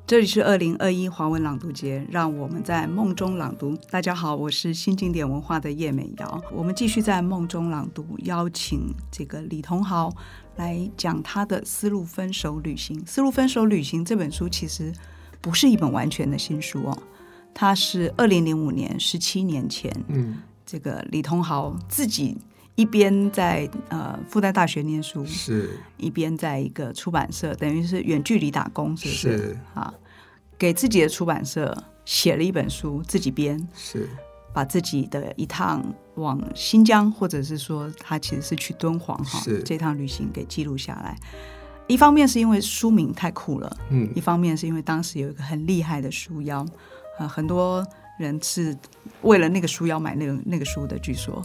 这里是2021华文朗读节，让我们在梦中朗读。大家好，我是新经典文化的叶美瑶。我们继续在梦中朗读，邀请这个李桐豪来讲他的《丝路分手旅行》。《丝路分手旅行》这本书其实不是一本完全的新书哦，它是2005年17年前，这个李桐豪自己一边在复旦大学念书， 是一边在一个出版社，等于是远距离打工，是不是？ 是啊，给自己的出版社写了一本书，自己编， 是把自己的一趟往新疆，或者是说他其实是去敦煌这趟旅行给记录下来。一方面是因为书名太酷了，一方面是因为当时有一个很厉害的书腰，很多人是为了那个书腰买那个书的。据说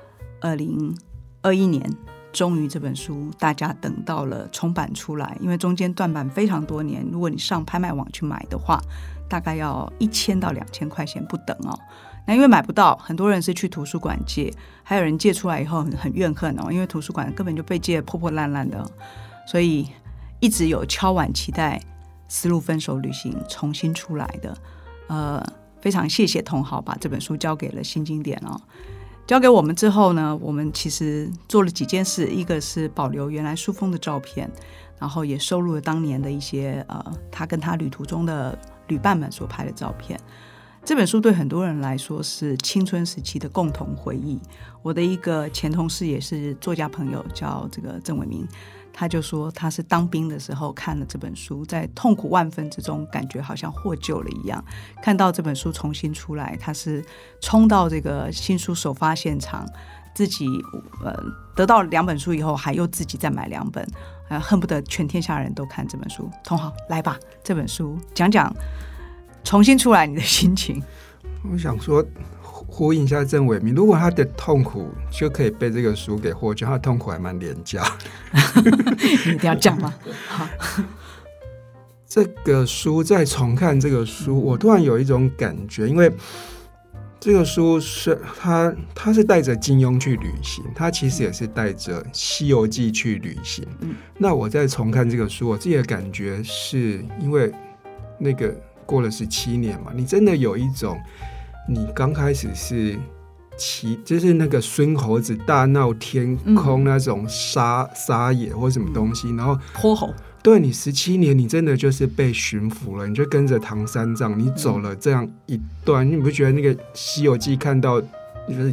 2021年终于这本书大家等到了重版出来，因为中间断版非常多年，如果你上拍卖网去买的话，大概要1000到2000块钱不等哦。那因为买不到，很多人是去图书馆借，还有人借出来以后很怨恨哦，因为图书馆根本就被借得破破烂烂的，所以一直有敲碗期待《丝路分手旅行》重新出来的。非常谢谢桐豪把这本书交给了新经典哦。交给我们之后呢，我们其实做了几件事，一个是保留原来书封的照片，然后也收录了当年的一些他跟他旅途中的旅伴们所拍的照片。这本书对很多人来说是青春时期的共同回忆。我的一个前同事也是作家朋友，叫这个郑伟明，他就说他是当兵的时候看了这本书，在痛苦万分之中感觉好像获救了一样。看到这本书重新出来，他是冲到这个新书首发现场，自己得到2本书以后还又自己再买2本，恨不得全天下人都看这本书。桐豪来吧，这本书讲讲重新出来你的心情。 我想说呼应一下郑伟明，如果他的痛苦就可以被这个书给获救，他的痛苦还蛮廉价。 你一定要讲吗？好， 这个书再重看这个书，我突然有一种感觉，因为这个书是他是带着金庸去旅行，他其实也是带着《西游记》去旅行。那我再重看这个书，我自己的感觉是因为那个过了17年嘛，你真的有一种，你刚开始是就是那个孙猴子大闹天空那种撒野或什么东西，然后泼猴。 对，你17年，你真的就是被驯服了，你就跟着唐三藏，你走了这样一段，你不觉得那个《西游记》看到就是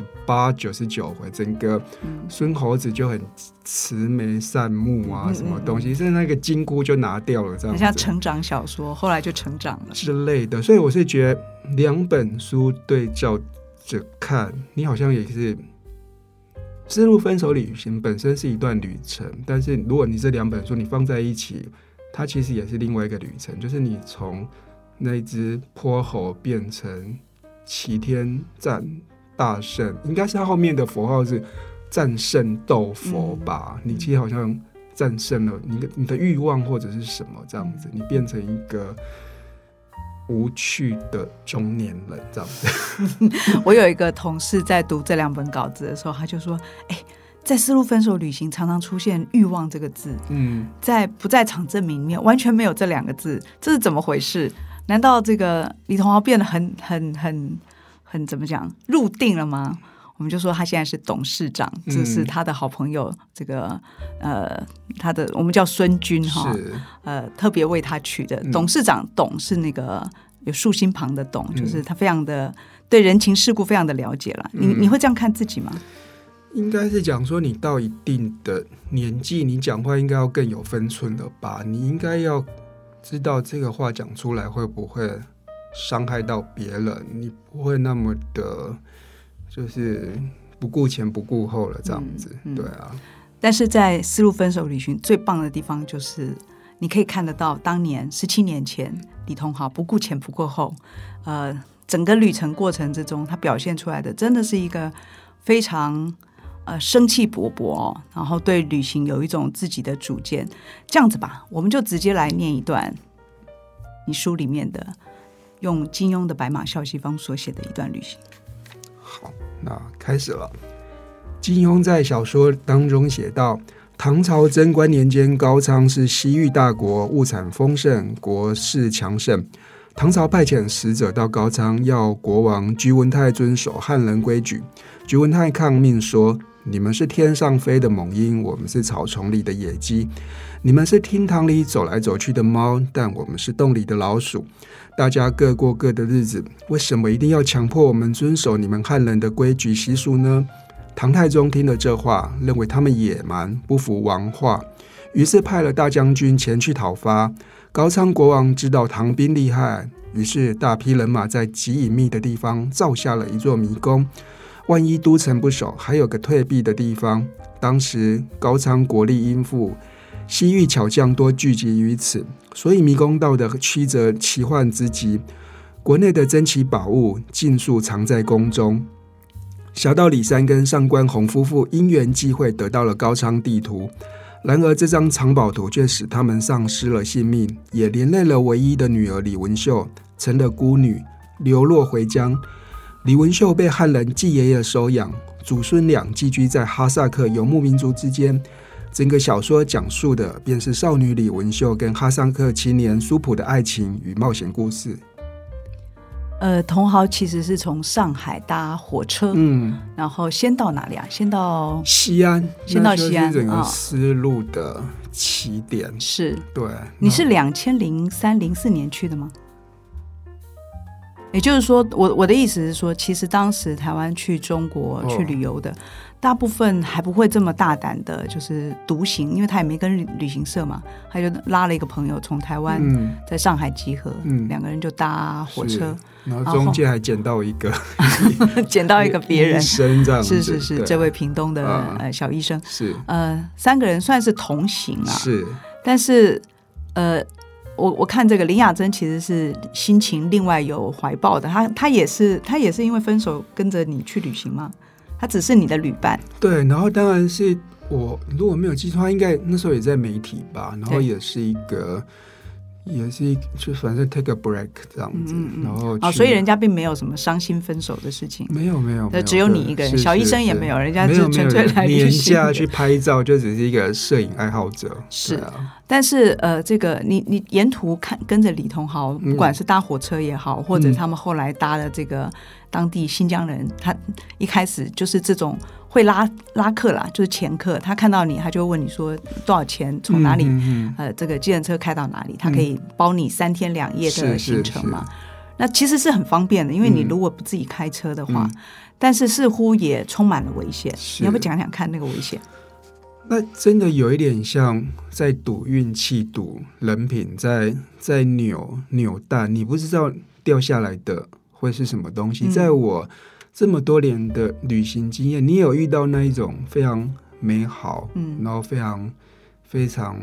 98、99回，整个孙猴子就很慈眉善目啊，什么东西，甚至那个金箍就拿掉了，这样子很像成长小说，后来就成长了之类的。所以我是觉得2本书对照着看，你好像也是《丝路分手旅行》本身是一段旅程，但是如果你这2本书你放在一起，它其实也是另外一个旅程，就是你从那只泼猴变成齐天战大圣，应该是他后面的佛号是战胜斗佛吧，你其实好像战胜了你的欲望或者是什么这样子，你变成一个无趣的中年人这样子。 我有一个同事在读这2本稿子的时候，他就说在《丝路分手旅行》常常出现欲望这个字，在不在场证明里面完全没有这2个字，这是怎么回事？难道这个李桐豪变得很怎么讲入定了吗？我们就说他现在是董事长，这是他的好朋友，这个他的我们叫孙军哈，特别为他取的董事长。董是那个有竖心旁的董，就是他非常的对人情世故非常的了解了。你会这样看自己吗？ 应该是讲说你到一定的年纪，你讲话应该要更有分寸了吧？你应该要知道这个话讲出来会不会伤害到别人，你不会那么的就是不顾前不顾后了这样子。对啊。 但是在《丝路分手旅行》最棒的地方就是你可以看得到当年17年前李桐豪不顾前不顾后，整个旅程过程之中他表现出来的真的是一个非常生气勃勃，然后对旅行有一种自己的主见。这样子吧，我们就直接来念一段你书里面的用金庸的白马啸西风所写的一段旅行。 好，那开始了。金庸在小说当中写道， 唐朝贞观年间，高昌是西域大国，物产丰盛，国势强盛。唐朝派遣使者到高昌，要国王居文泰遵守汉人规矩。居文泰抗命说：“你们是天上飞的猛鹰，我们是草丛里的野鸡；你们是厅堂里走来走去的猫，但我们是洞里的老鼠。大家各过各的日子，为什么一定要强迫我们遵守你们汉人的规矩习俗呢？”唐太宗听了这话，认为他们野蛮，不服王话，于是派了大将军前去讨伐。高昌国王知道唐兵厉害，于是大批人马在极隐秘的地方造下了一座迷宫，万一都城不守，还有个退避的地方。当时高昌国力殷富，西域巧匠多聚集于此，所以迷宫道的曲折奇幻之极，国内的珍奇宝物尽数藏在宫中。侠盗李三跟上官鸿夫妇因缘际会得到了高昌地图，然而这张藏宝图却使他们丧失了性命，也连累了唯一的女儿李文秀成了孤女，流落回疆。李文秀被汉人继爷爷收养，祖孙俩寄居在哈萨克游牧民族之间。整个小说讲述的便是少女李文秀跟哈萨克青年苏普的爱情与冒险故事。 茼蒿其实是从上海搭火车，然后先到哪里啊？先到西安， 先到西安， 那就是整个丝路的起点。 是， 对。 你是2003、04年去的吗？也就是说，我的意思是说，其实当时台湾去中国去旅游的，大部分还不会这么大胆的，就是独行，因为他也没跟旅行社嘛，他就拉了一个朋友从台湾在上海集合，两个人就搭火车， 然后中间还捡到一个捡到一个别人， 医生这样子， 是这位屏东的小医生， 是 3个人算是同行啊， 是， 但是我看这个林雅珍其实是心情另外有怀抱的，她也是因为分手跟着你去旅行吗？她只是你的旅伴。对， 然后当然是我如果没有记错，她应该那时候也在媒体吧，然后也是一个就反正 take a break 这样子，然后所以人家并没有什么伤心分手的事情， 没有， 只有你一个人，小医生也没有，人家就纯粹来旅行， 年假去拍照，就只是一个摄影爱好者。 是，但是这个你沿途跟着李同豪，不管是搭火车也好，或者他们后来搭的这个当地新疆人，他一开始就是这种会拉客啦，就是前客，他看到你，他就会问你说多少钱，从哪里这个计程车开到哪里，他可以包你3天2夜的行程嘛。那其实是很方便的，因为你如果不自己开车的话，但是似乎也充满了危险。你要不讲讲看那个危险？ 那真的有一点像在赌运气、赌人品，在扭蛋，你不知道掉下来的会是什么东西。在我这么多年的旅行经验，你有遇到那一种非常美好，然后非常非常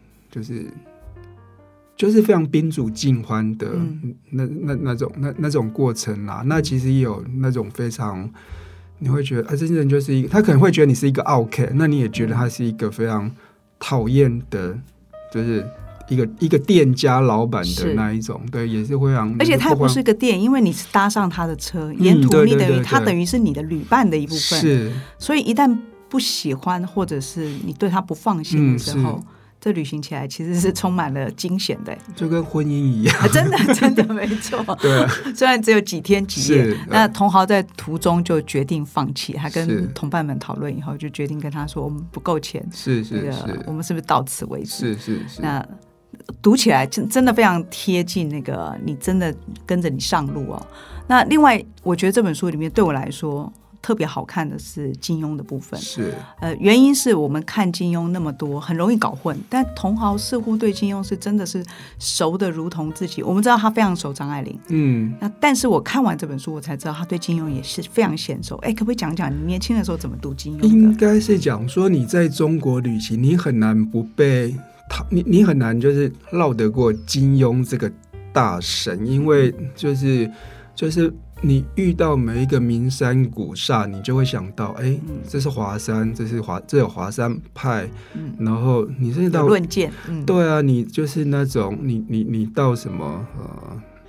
就是非常宾主尽欢的那种过程啦。那其实也有那种非常。你会觉得这些人就是一个，他可能会觉得你是一个 OK， 那你也觉得他是一个非常讨厌的，就是一个店家老板的那一种，对，也是会让。 而且他也不是个店，因为你是搭上他的车，沿途你他等于是你的旅伴的一部分，是。所以一旦不喜欢或者是你对他不放心的时候。这旅行起来其实是充满了惊险的， 就跟婚姻一样， 真的没错。 对， 虽然只有几天几夜，那同豪在途中就决定放弃，他跟同伴们讨论以后，就决定跟他说：“我们不够钱，我们是不是到此为止？”是。那读起来真的非常贴近那个你真的跟着你上路哦。那另外，我觉得这本书里面对我来说。特别好看的是金庸的部分， 是原因是我们看金庸那么多，很容易搞混。但同豪似乎对金庸是真的是熟的如同自己。我们知道他非常熟张爱玲，那但是我看完这本书，我才知道他对金庸也是非常娴熟。可不可以讲讲你年轻的时候怎么读金庸的？ 应该是讲说你在中国旅行，你很难不被你很难就是绕得过金庸这个大神，因为就是你遇到每一个名山古刹，你就会想到，这是华山，这有华山派，然后你甚至到论剑， 对啊，你就是那种你到什么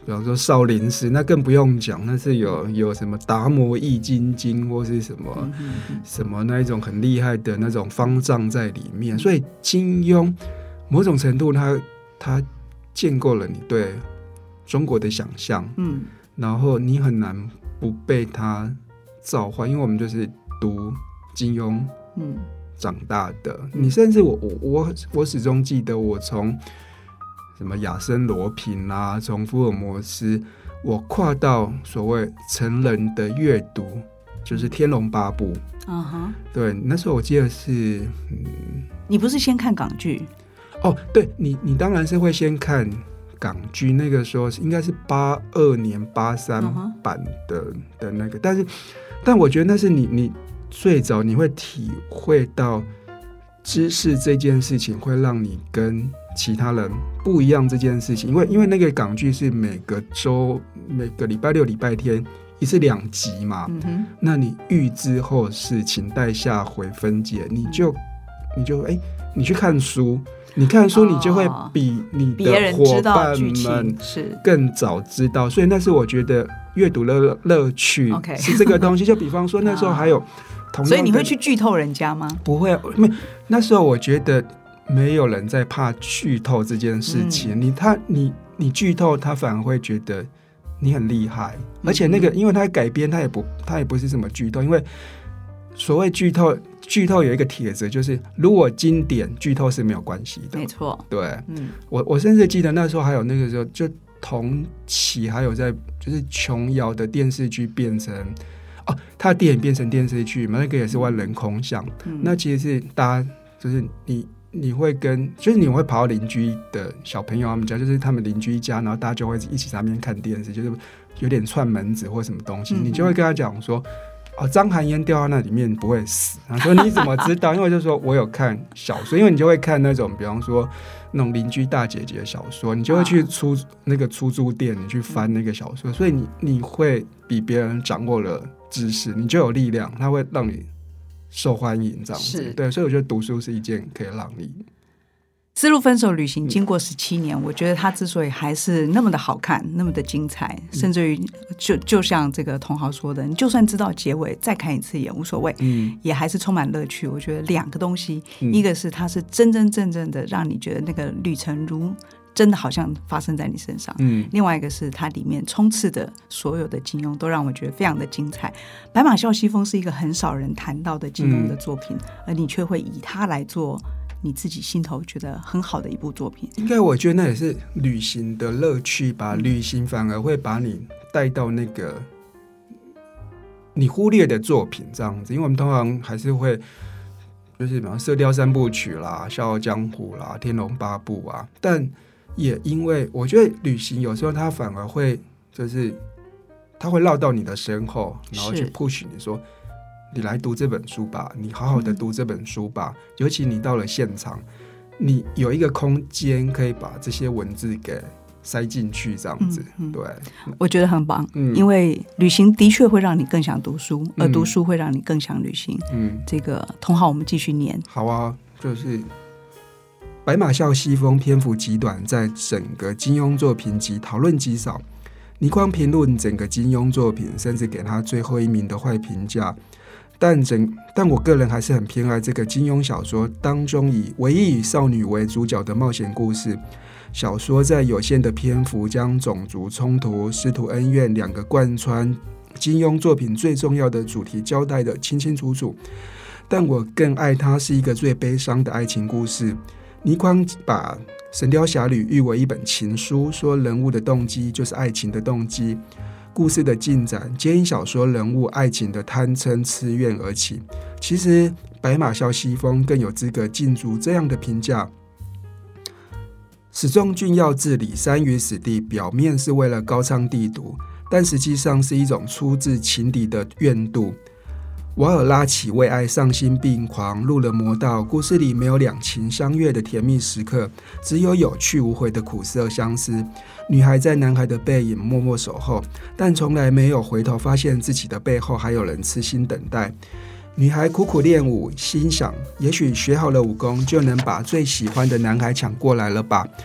比方说少林寺，那更不用讲，那是有什么达摩易筋经或是什么什么那一种很厉害的那种方丈在里面，所以金庸某种程度它建构了你对中国的想象，然后你很难不被它召唤，因为我们就是读金庸长大的。你甚至我始终记得，我从什么亚森罗平啊，从福尔摩斯，我跨到所谓成人的阅读，就是《天龙八部》。对，那时候我记得是， 你不是先看港剧？ 哦，对，你当然是会先看港剧，那个时候应该是82年83版的那个，但我觉得那是你最早你会体会到知识这件事情会让你跟其他人不一样这件事情，因为那个港剧是每个礼拜六礼拜天一次2集嘛，那你预知后事请待下回分解，你就你去看书，你看书你就会比你的伙伴们更早知道，所以那是我觉得阅读的乐趣是这个东西。就比方说那时候还有同样的， 所以你会去剧透人家吗？ 不会，那时候我觉得没有人在怕剧透这件事情，你剧透他反而会觉得你很厉害，而且那个因为他改编他也不是什么剧透，因为所谓剧透有一个帖子，就是如果经典剧透是没有关系的， 没错。 对，我甚至记得那时候还有那个时候就同期还有在就是琼瑶的电视剧变成他的电影变成电视剧嘛，那个也是万人空巷。那其实是大家就是你会就是你会跑到邻居的小朋友他们家，就是他们邻居家，然后大家就会一起在那边看电视，就是有点串门子或什么东西，你就会跟他讲说张含烟掉到那里面不会死，他说你怎么知道？因为就说我有看小说，因为你就会看那种比方说那种邻居大姐姐的小说，你就会去那个出租店，你去翻那个小说，所以你会比别人掌握了知识，你就有力量，它会让你受欢迎这样子。对，所以我觉得读书是一件可以让你。 丝路分手旅行经过17年，我觉得它之所以还是那么的好看，那么的精彩，甚至于就像这个同豪说的，你就算知道结尾再看一次也无所谓，也还是充满乐趣。我觉得2个东西，一个是它是真真正正的让你觉得那个旅程如真的好像发生在你身上，另外一个是它里面充斥的所有的金庸都让我觉得非常的精彩。白马啸西风是一个很少人谈到的金庸的作品，而你却会以它来做你自己心头觉得很好的一部作品。 应该我觉得那也是旅行的乐趣吧，旅行反而会把你带到那个你忽略的作品这样子，因为我们通常还是会就是比方射雕3部曲啦、笑傲江湖啦、天龙8部啊，但也因为我觉得旅行有时候它反而会就是它会绕到你的身后，然后去 push 你说你来读这本书吧，你好好的读这本书吧，尤其你到了现场，你有一个空间可以把这些文字给塞进去这样子。对， 我觉得很棒，因为旅行的确会让你更想读书，而读书会让你更想旅行。这个同好我们继续念。 好啊，就是白马啸西风篇幅极短，在整个金庸作品集讨论极少。倪匡评论整个金庸作品，甚至给他最后1名的坏评价。但我个人还是很偏爱这个金庸小说当中唯一以少女为主角的冒险故事。小说在有限的篇幅将种族冲突、师徒恩怨2个贯穿金庸作品最重要的主题交代得清清楚楚，但我更爱它是一个最悲伤的爱情故事。倪匡把《神雕侠侣》誉为一本情书，说人物的动机就是爱情的动机，故事的进展皆因小说人物爱情的贪嗔痴怨而起。其实白马啸西风更有资格竞逐这样的评价。始终俊要治理山与死地，表面是为了高唱帝都，但实际上是一种出自情敌的怨妒。瓦尔拉奇为爱丧心病狂，入了魔道。故事里没有两情相悦的甜蜜时刻，只有有去无回的苦涩相思。女孩在男孩的背影默默守候，但从来没有回头发现自己的背后还有人痴心等待。女孩苦苦练武，心想也许学好了武功就能把最喜欢的男孩抢过来了吧。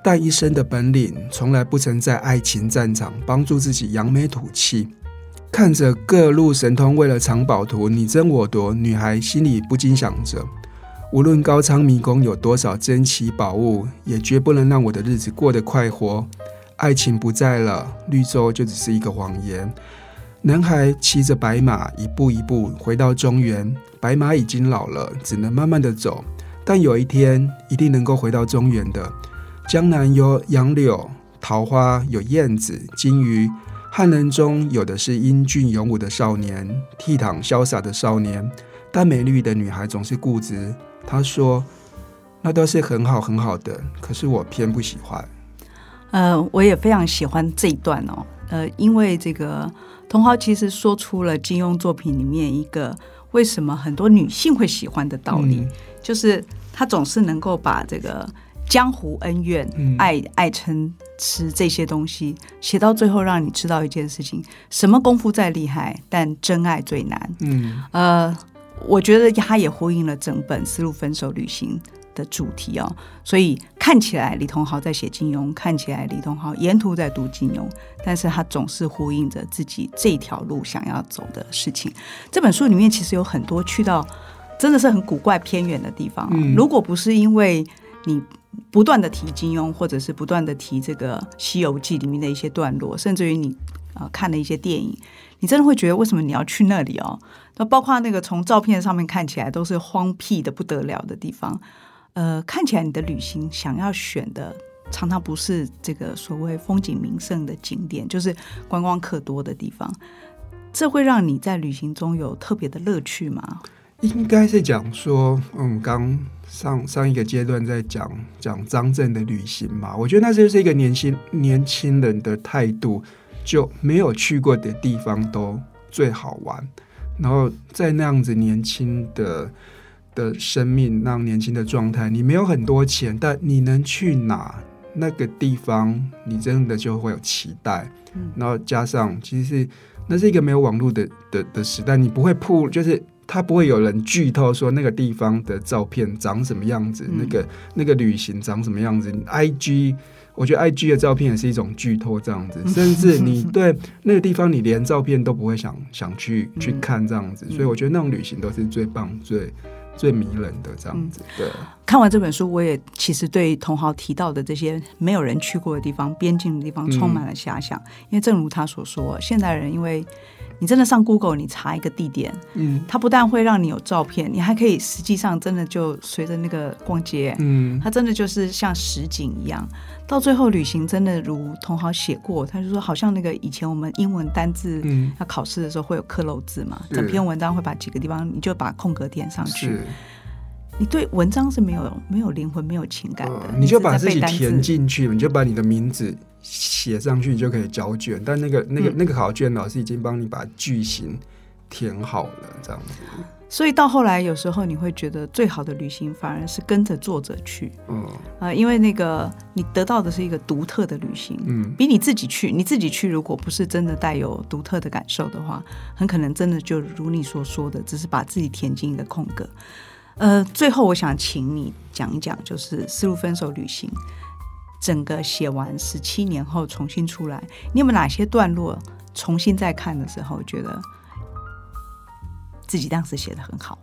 但一生的本领从来不曾在爱情战场帮助自己扬眉吐气。看着各路神通为了藏宝图你争我夺，女孩心里不禁想着，无论高昌迷宫有多少珍奇宝物，也绝不能让我的日子过得快活。爱情不在了，绿洲就只是一个谎言。男孩骑着白马一步一步回到中原，白马已经老了，只能慢慢的走，但有一天一定能够回到中原的。江南有杨柳、桃花，有燕子、金鱼，汉人中有的是英俊勇武的少年，倜傥潇洒的少年，但美丽的女孩总是固执。她说那都是很好很好的，可是我偏不喜欢。 我也非常喜欢这一段哦。因为这个茼蒿其实说出了金庸作品里面一个为什么很多女性会喜欢的道理，就是她总是能够把这个江湖恩怨、爱嗔痴这些东西写到最后，让你知道一件事情：什么功夫再厉害，但真爱最难。我觉得它也呼应了整本《丝路分手旅行》的主题哦，所以看起来李同豪在写金庸，看起来李同豪沿途在读金庸，但是他总是呼应着自己这条路想要走的事情。这本书里面其实有很多去到真的是很古怪偏远的地方如果不是因为你不断的提金庸，或者是不断的提这个《西游记》里面的一些段落，甚至于你看了一些电影，你真的会觉得为什么你要去那里哦？那包括那个从照片上面看起来都是荒僻的不得了的地方，看起来你的旅行想要选的常常不是这个所谓风景名胜的景点，就是观光客多的地方。这会让你在旅行中有特别的乐趣吗？ 应该是讲说，刚上一个阶段在讲张震的旅行嘛，我觉得那就是一个年轻人的态度，就没有去过的地方都最好玩，然后在那样子年轻的生命，那样年轻的状态，你没有很多钱，但你能去哪那个地方，你真的就会有期待。然后加上其实那是一个没有网络的时代，你不会就是他不会有人剧透说那个地方的照片长什么样子，那个旅行长什么样子。IG 我觉得 IG 的照片也是一种剧透这样子，甚至你对那个地方你连照片都不会想去看这样子，所以我觉得那种旅行都是最棒最迷人的这样子。对， 看完这本书，我也其实对茼蒿提到的这些没有人去过的地方、边境的地方充满了遐想。因为正如他所说，现代人因为你真的上 Google 你查一个地点，它不但会让你有照片，你还可以实际上真的就随着那个逛街，它真的就是像实景一样。到最后旅行真的如茼蒿写过，他就说好像那个以前我们英文单字要考试的时候会有刻漏字嘛，整篇文章会把几个地方你就把空格填上去，你对文章是没有灵魂没有情感的， 你就把自己填进去，你就把你的名字写上去，你就可以交卷。但那个考卷老师已经帮你把句型填好了这样子。 所以到后来有时候你会觉得最好的旅行反而是跟着作者去，因为那个你得到的是一个独特的旅行，比你自己去如果不是真的带有独特的感受的话，很可能真的就如你所说的只是把自己填进一个空格。最后我想请你讲一讲，就是《丝路分手旅行》整个写完17年后重新出来，你有没有哪些段落重新再看的时候觉得自己当时写得很好？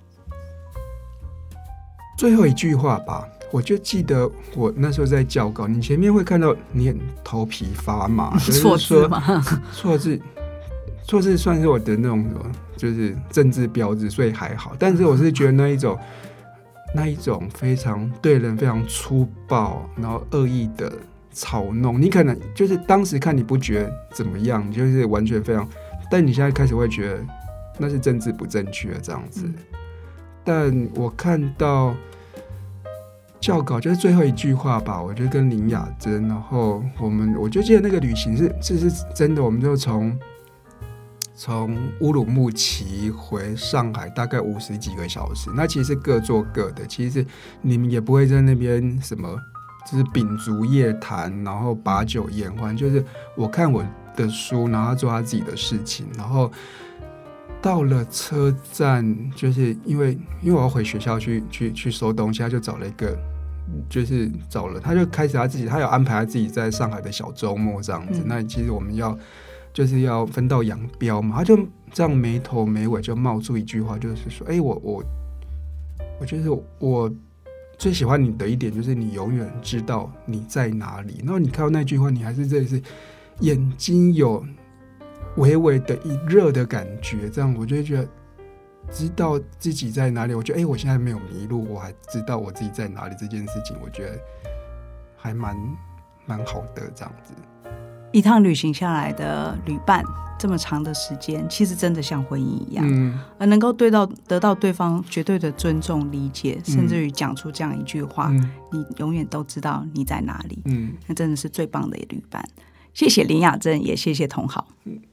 最后一句话吧，我就记得我那时候在校稿，你前面会看到你很头皮发麻， 错字吗？ 错字算是我的那种就是政治标志，所以还好。但是我是觉得那一种非常对人非常粗暴，然后恶意的嘲弄，你可能就是当时看你不觉得怎么样，你就是完全非常，但你现在开始会觉得那是政治不正确这样子。但我看到校稿就是最后一句话吧，我就跟林雅珍，然后我就记得那个旅行是真的，我们就从乌鲁木齐回上海大概50几个小时，那其实各做各的，其实你们也不会在那边什么就是秉烛夜谈，然后把酒言欢，就是我看我的书，然后他做他自己的事情，然后到了车站，就是因为我要回学校去收东西，他就找了一个就是找了，他就开始他有安排他自己在上海的小周末这样子。那其实我们就是要分道扬镳嘛，他就这样没头没尾就冒出一句话，就是说，我觉得我最喜欢你的一点就是你永远知道你在哪里。然后你看到那句话，你还是真的是眼睛有微微的一热的感觉，这样我就会觉得知道自己在哪里。我觉得我现在没有迷路，我还知道我自己在哪里，这件事情我觉得还蛮好的这样子。 一趟旅行下来的旅伴这么长的时间，其实真的像婚姻一样，而能够得到对方绝对的尊重理解，甚至于讲出这样一句话，你永远都知道你在哪里，那真的是最棒的旅伴。谢谢林雅真，也谢谢同好。